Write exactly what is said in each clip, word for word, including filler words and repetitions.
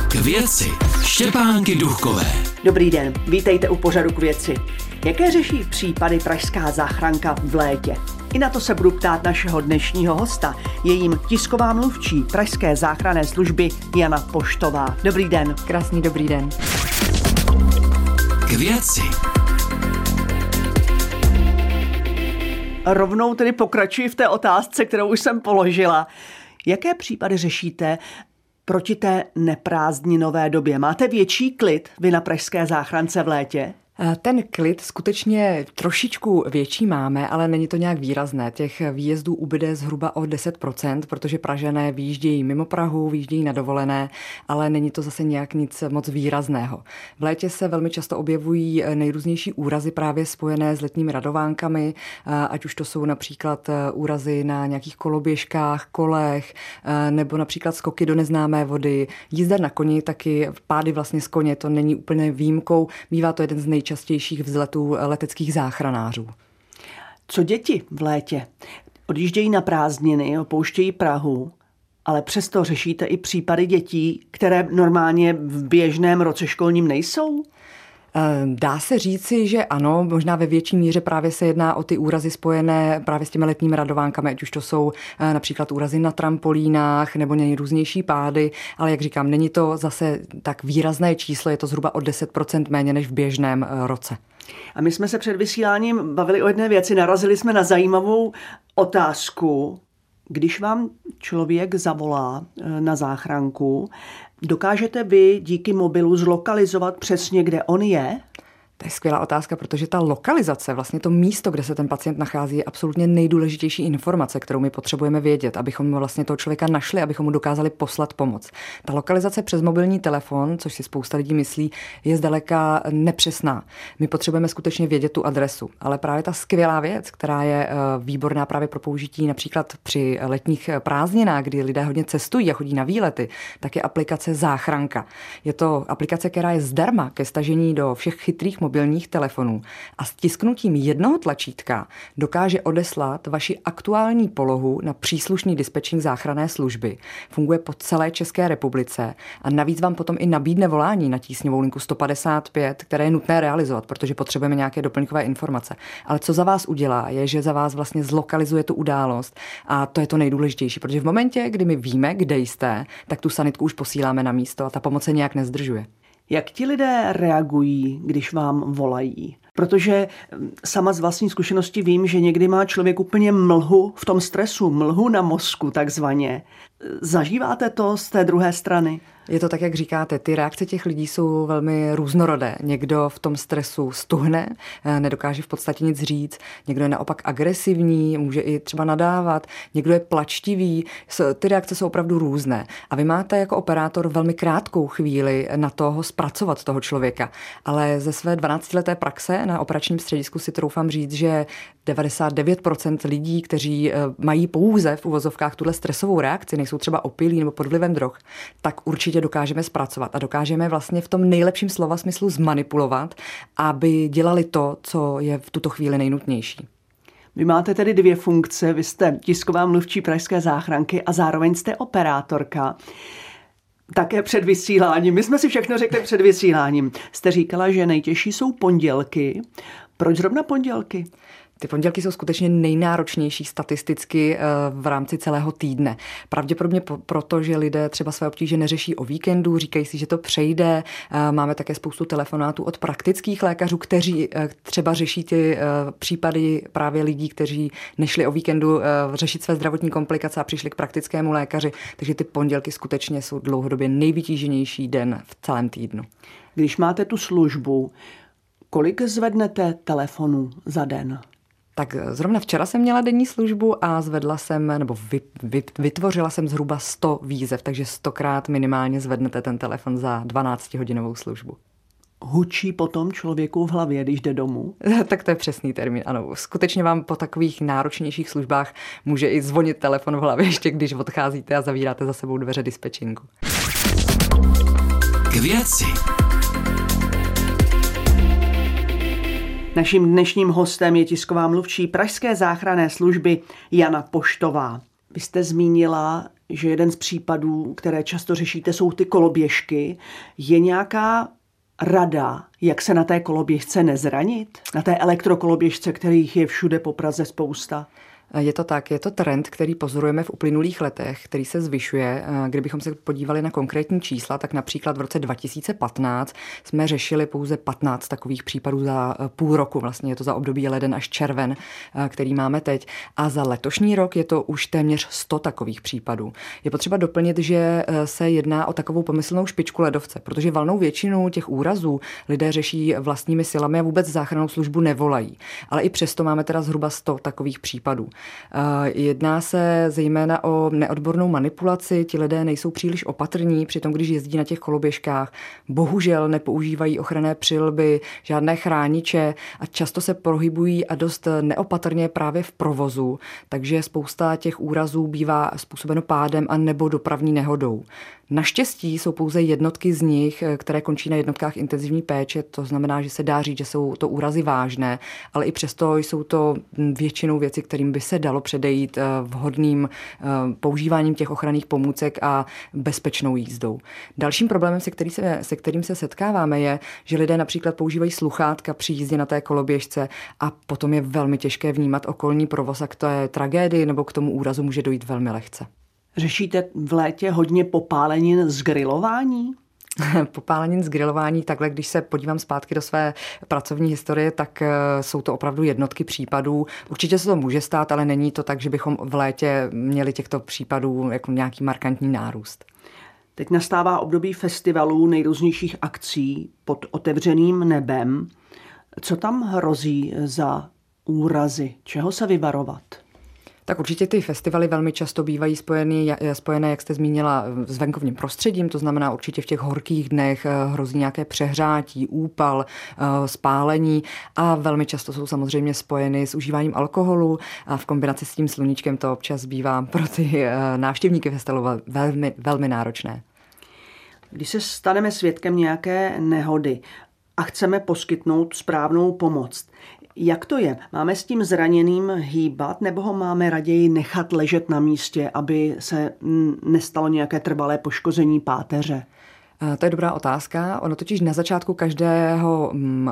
K věci Štěpánky Duchkové. Dobrý den, vítejte u pořadu K věci. Jaké řeší případy pražská záchranka v létě? I na to se budu ptát našeho dnešního hosta. Je jím tisková mluvčí pražské záchranné služby Jana Poštová. Dobrý den. Krásný dobrý den. K věci. Rovnou tedy pokračuji v té otázce, kterou už jsem položila. Jaké případy řešíte proti té neprázdninové době? Máte větší klid vy na pražské záchrance v létě? Ten klid skutečně trošičku větší máme, ale není to nějak výrazné. Těch výjezdů ubyde zhruba o deset procent, protože Pražané vyjíždějí mimo Prahu, vyjíždějí na dovolené, ale není to zase nějak nic moc výrazného. V létě se velmi často objevují nejrůznější úrazy právě spojené s letními radovánkami, ať už to jsou například úrazy na nějakých koloběžkách, kolech, nebo například skoky do neznámé vody. Jízda na koni, taky pády vlastně z koně, to není úplně výjimkou, bývá to jeden z nej častějších vzletů leteckých záchranářů. Co děti v létě? Odjíždějí na prázdniny, opouštějí Prahu, ale přesto řešíte i případy dětí, které normálně v běžném roce školním nejsou? Dá se říci, že ano, možná ve větší míře právě se jedná o ty úrazy spojené právě s těmi letními radovánkami, ať už to jsou například úrazy na trampolínách nebo nejrůznější pády, ale jak říkám, není to zase tak výrazné číslo, je to zhruba o deset procent méně než v běžném roce. A my jsme se před vysíláním bavili o jedné věci, narazili jsme na zajímavou otázku. Když vám člověk zavolá na záchranku, dokážete vy díky mobilu zlokalizovat přesně, kde on je? To je skvělá otázka, protože ta lokalizace, vlastně to místo, kde se ten pacient nachází, je absolutně nejdůležitější informace, kterou my potřebujeme vědět, abychom vlastně toho člověka našli, abychom mu dokázali poslat pomoc. Ta lokalizace přes mobilní telefon, což si spousta lidí myslí, je zdaleka nepřesná. My potřebujeme skutečně vědět tu adresu, ale právě ta skvělá věc, která je výborná právě pro použití například při letních prázdninách, kdy lidé hodně cestují a chodí na výlety, tak je aplikace Záchranka. Je to aplikace, která je zdarma ke stažení do všech chytrých mobilních telefonů a stisknutím jednoho tlačítka dokáže odeslat vaši aktuální polohu na příslušný dispečink záchranné služby. Funguje po celé České republice a navíc vám potom i nabídne volání na tísňovou linku sto padesát pět, které je nutné realizovat, protože potřebujeme nějaké doplňkové informace. Ale co za vás udělá, je, že za vás vlastně zlokalizuje tu událost a to je to nejdůležitější, protože v momentě, kdy my víme, kde jste, tak tu sanitku už posíláme na místo a ta pomoc se nějak nezdržuje. Jak ti lidé reagují, když vám volají? Protože sama z vlastní zkušenosti vím, že někdy má člověk úplně mlhu v tom stresu, mlhu na mozku takzvaně. Zažíváte to z té druhé strany? Je to tak, jak říkáte, ty reakce těch lidí jsou velmi různorodé. Někdo v tom stresu stuhne, nedokáže v podstatě nic říct, někdo je naopak agresivní, může i třeba nadávat, někdo je plačtivý, ty reakce jsou opravdu různé. A vy máte jako operátor velmi krátkou chvíli na toho zpracovat toho člověka, ale ze své dvanáctileté praxe na operačním středisku si troufám říct, že devadesát devět procent lidí, kteří mají pouze v uvozovkách tuhle stresovou reakci, nejsou třeba opilí nebo pod vlivem drog, tak určitě dokážeme zpracovat a dokážeme vlastně v tom nejlepším slova smyslu zmanipulovat, aby dělali to, co je v tuto chvíli nejnutnější. Vy máte tedy dvě funkce, vy jste tisková mluvčí pražské záchranky a zároveň jste operátorka. Také před vysíláním. My jsme si všechno řekli před vysíláním. Jste říkala, že nejtěžší jsou pondělky. Proč zrovna pondělky? Ty pondělky jsou skutečně nejnáročnější statisticky v rámci celého týdne. Pravděpodobně proto, že lidé třeba své obtíže neřeší o víkendu, říkají si, že to přejde. Máme také spoustu telefonátů od praktických lékařů, kteří třeba řeší ty případy právě lidí, kteří nešli o víkendu řešit své zdravotní komplikace a přišli k praktickému lékaři. Takže ty pondělky skutečně jsou dlouhodobě nejvytíženější den v celém týdnu. Když máte tu službu, kolik zvednete telefonů za den? Tak zrovna včera jsem měla denní službu a zvedla jsem, nebo vy, vy, vytvořila jsem zhruba sto výzev, takže stokrát minimálně zvednete ten telefon za dvanáctihodinovou službu. Hučí potom člověku v hlavě, když jde domů? Tak to je přesný termín, ano. Skutečně vám po takových náročnějších službách může i zvonit telefon v hlavě, ještě když odcházíte a zavíráte za sebou dveře dispečinku. K věci. Naším dnešním hostem je tisková mluvčí pražské záchranné služby Jana Poštová. Vy jste zmínila, že jeden z případů, které často řešíte, jsou ty koloběžky. Je nějaká rada, jak se na té koloběžce nezranit? Na té elektrokoloběžce, kterých je všude po Praze spousta? Je to tak, je to trend, který pozorujeme v uplynulých letech, který se zvyšuje. Kdybychom se podívali na konkrétní čísla, tak například v roce dva tisíce patnáct jsme řešili pouze patnáct takových případů za půl roku, vlastně je to za období leden až červen, který máme teď. A za letošní rok je to už téměř sto takových případů. Je potřeba doplnit, že se jedná o takovou pomyslnou špičku ledovce, protože valnou většinu těch úrazů lidé řeší vlastními silami a vůbec záchrannou službu nevolají. Ale i přesto máme teda zhruba sto takových případů. Jedná se zejména o neodbornou manipulaci, ti lidé nejsou příliš opatrní, přitom když jezdí na těch koloběžkách, bohužel nepoužívají ochranné přilby, žádné chrániče a často se pohybují a dost neopatrně právě v provozu, takže spousta těch úrazů bývá způsobeno pádem a nebo dopravní nehodou. Naštěstí jsou pouze jednotky z nich, které končí na jednotkách intenzivní péče, to znamená, že se dá říct, že jsou to úrazy vážné, ale i přesto jsou to většinou věci, kterým by se dalo předejít vhodným používáním těch ochranných pomůcek a bezpečnou jízdou. Dalším problémem, se, který se, se kterým se setkáváme, je, že lidé například používají sluchátka při jízdě na té koloběžce a potom je velmi těžké vnímat okolní provoz a k té tragédii nebo k tomu úrazu může dojít velmi lehce. Řešíte v létě hodně popálenin z grilování? Popálenin z grilování, takhle, když se podívám zpátky do své pracovní historie, tak jsou to opravdu jednotky případů. Určitě se to může stát, ale není to tak, že bychom v létě měli těchto případů jako nějaký markantní nárůst. Teď nastává období festivalů, nejrůznějších akcí pod otevřeným nebem. Co tam hrozí za úrazy? Čeho se vyvarovat? Tak určitě ty festivaly velmi často bývají spojený, spojené, jak jste zmínila, s venkovním prostředím, to znamená určitě v těch horkých dnech hrozí nějaké přehřátí, úpal, spálení a velmi často jsou samozřejmě spojeny s užíváním alkoholu a v kombinaci s tím sluníčkem to občas bývá pro ty návštěvníky festivalu velmi, velmi náročné. Když se staneme svědkem nějaké nehody a chceme poskytnout správnou pomoc, jak to je? Máme s tím zraněným hýbat nebo ho máme raději nechat ležet na místě, aby se nestalo nějaké trvalé poškození páteře? To je dobrá otázka. Ono totiž na začátku každého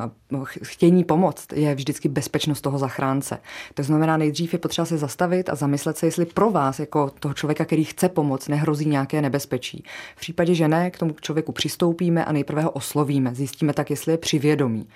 chtění pomoct je vždycky bezpečnost toho zachránce. To znamená, nejdřív je potřeba se zastavit a zamyslet se, jestli pro vás, jako toho člověka, který chce pomoct, nehrozí nějaké nebezpečí. V případě, že ne, k tomu člověku přistoupíme a nejprve ho oslovíme. Zjistíme tak, jestli je při vědomí.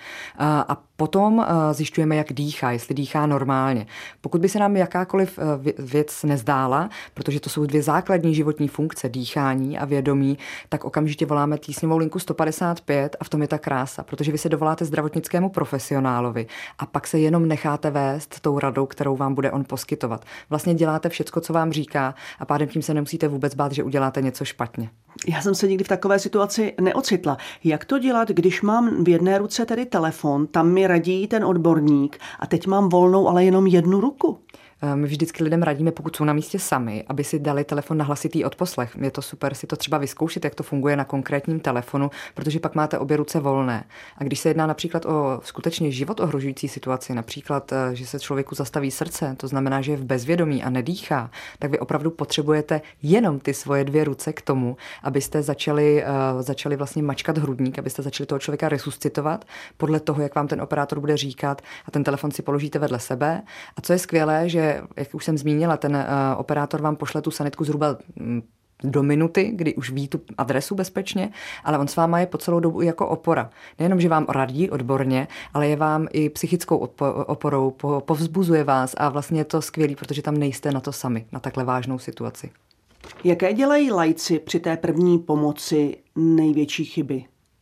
A potom zjišťujeme, jak dýchá, jestli dýchá normálně. Pokud by se nám jakákoliv věc nezdála, protože to jsou dvě základní životní funkce, dýchání a vědomí, tak okamžitě voláme tísňovou linku sto padesát pět a v tom je ta krása, protože vy se dovoláte zdravotnickému profesionálovi a pak se jenom necháte vést tou radou, kterou vám bude on poskytovat. Vlastně děláte všecko, co vám říká a pádem tím se nemusíte vůbec bát, že uděláte něco špatně. Já jsem se nikdy v takové situaci neocitla. Jak to dělat, když mám v jedné ruce tedy telefon, tam mi radí ten odborník a teď mám volnou, ale jenom jednu ruku? My vždycky lidem radíme, pokud jsou na místě sami, aby si dali telefon na hlasitý odposlech. Je to super si to třeba vyzkoušet, jak to funguje na konkrétním telefonu, protože pak máte obě ruce volné. A když se jedná například o skutečně život ohrožující situaci, například, že se člověku zastaví srdce, to znamená, že je v bezvědomí a nedýchá, tak vy opravdu potřebujete jenom ty svoje dvě ruce k tomu, abyste začali, uh, začali vlastně mačkat hrudník, abyste začali toho člověka resuscitovat podle toho, jak vám ten operátor bude říkat a ten telefon si položíte vedle sebe. A co je skvělé, že jak už jsem zmínila, ten uh, operátor vám pošle tu sanitku zhruba um, do minuty, kdy už ví tu adresu bezpečně, ale on s váma je po celou dobu jako opora. Nejenom, že vám radí odborně, ale je vám i psychickou oporou, po, povzbuzuje vás a vlastně je to skvělý, protože tam nejste na to sami, na takhle vážnou situaci. Jaké dělají laici při té první pomoci největší chyby?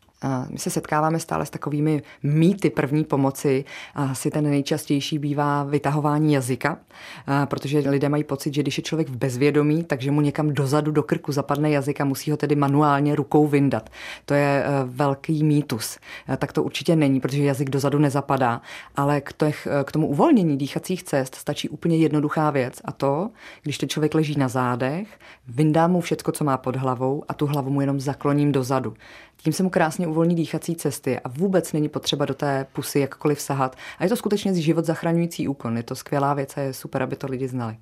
My se setkáváme stále s takovými mýty první pomoci. Asi ten nejčastější bývá vytahování jazyka, protože lidé mají pocit, že když je člověk v bezvědomí, takže mu někam dozadu do krku zapadne jazyk a musí ho tedy manuálně rukou vyndat. To je velký mýtus. Tak to určitě není, protože jazyk dozadu nezapadá, ale k, těch, k tomu uvolnění dýchacích cest stačí úplně jednoduchá věc a to, když ten člověk leží na zádech, vyndám mu všecko, co má pod hlavou a tu hlavu mu jenom zakloním dozadu. Tím se mu krásně uvolní dýchací cesty a vůbec není potřeba do té pusy jakkoliv sahat. A je to skutečně život zachraňující úkon. Je to skvělá věc a je super, aby to lidi znali.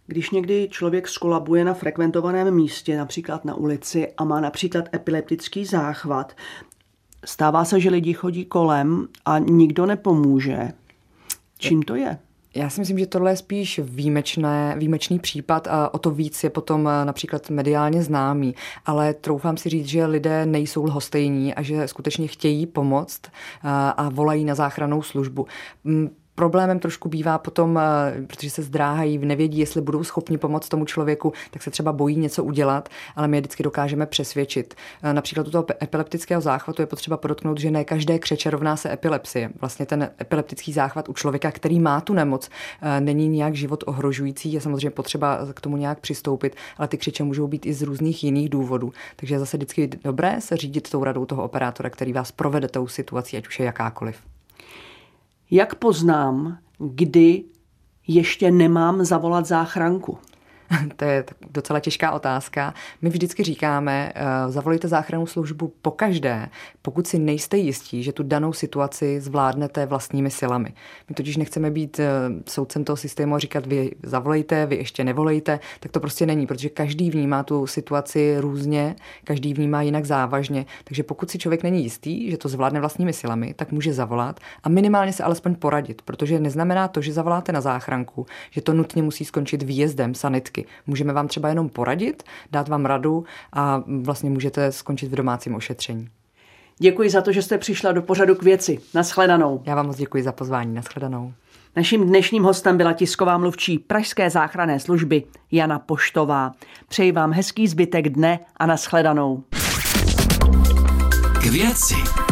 Když někdy člověk skolabuje na frekventovaném místě, například na ulici, a má například epileptický záchvat, stává se, že lidi chodí kolem a nikdo nepomůže. Čím to je? Já si myslím, že tohle je spíš výjimečné, výjimečný případ a o to víc je potom například mediálně známý. Ale troufám si říct, že lidé nejsou lhostejní a že skutečně chtějí pomoct a volají na záchrannou službu. Problémem trošku bývá potom, protože se zdráhají, nevědí, jestli budou schopni pomoct tomu člověku, tak se třeba bojí něco udělat, ale my je vždycky dokážeme přesvědčit. Například u toho epileptického záchvatu je potřeba podotknout, že ne každé křeče rovná se epilepsie. Vlastně ten epileptický záchvat u člověka, který má tu nemoc, není nějak život ohrožující, je samozřejmě potřeba k tomu nějak přistoupit, ale ty křeče můžou být i z různých jiných důvodů. Takže je zase vždycky dobré se řídit tou radou toho operátora, který vás provede tou situací, ať už je jakákoliv. Jak poznám, kdy ještě nemám zavolat záchranku? To je docela těžká otázka. My vždycky říkáme, uh, zavolejte záchrannou službu pokaždé, pokud si nejste jistí, že tu danou situaci zvládnete vlastními silami. My totiž nechceme být uh, soudcem toho systému a říkat, vy zavolejte, vy ještě nevolejte, tak to prostě není, protože každý vnímá tu situaci různě, každý vnímá jinak závažně, takže pokud si člověk není jistý, že to zvládne vlastními silami, tak může zavolat a minimálně se alespoň poradit, protože neznamená to, že zavoláte na záchranku, že to nutně musí skončit výjezdem sanitky. Můžeme vám třeba jenom poradit, dát vám radu a vlastně můžete skončit v domácím ošetření. Děkuji za to, že jste přišla do pořadu K věci. Naschledanou. Já vám moc děkuji za pozvání. Naschledanou. Naším dnešním hostem byla tisková mluvčí Pražské záchranné služby Jana Poštová. Přeji vám hezký zbytek dne a naschledanou. K věci.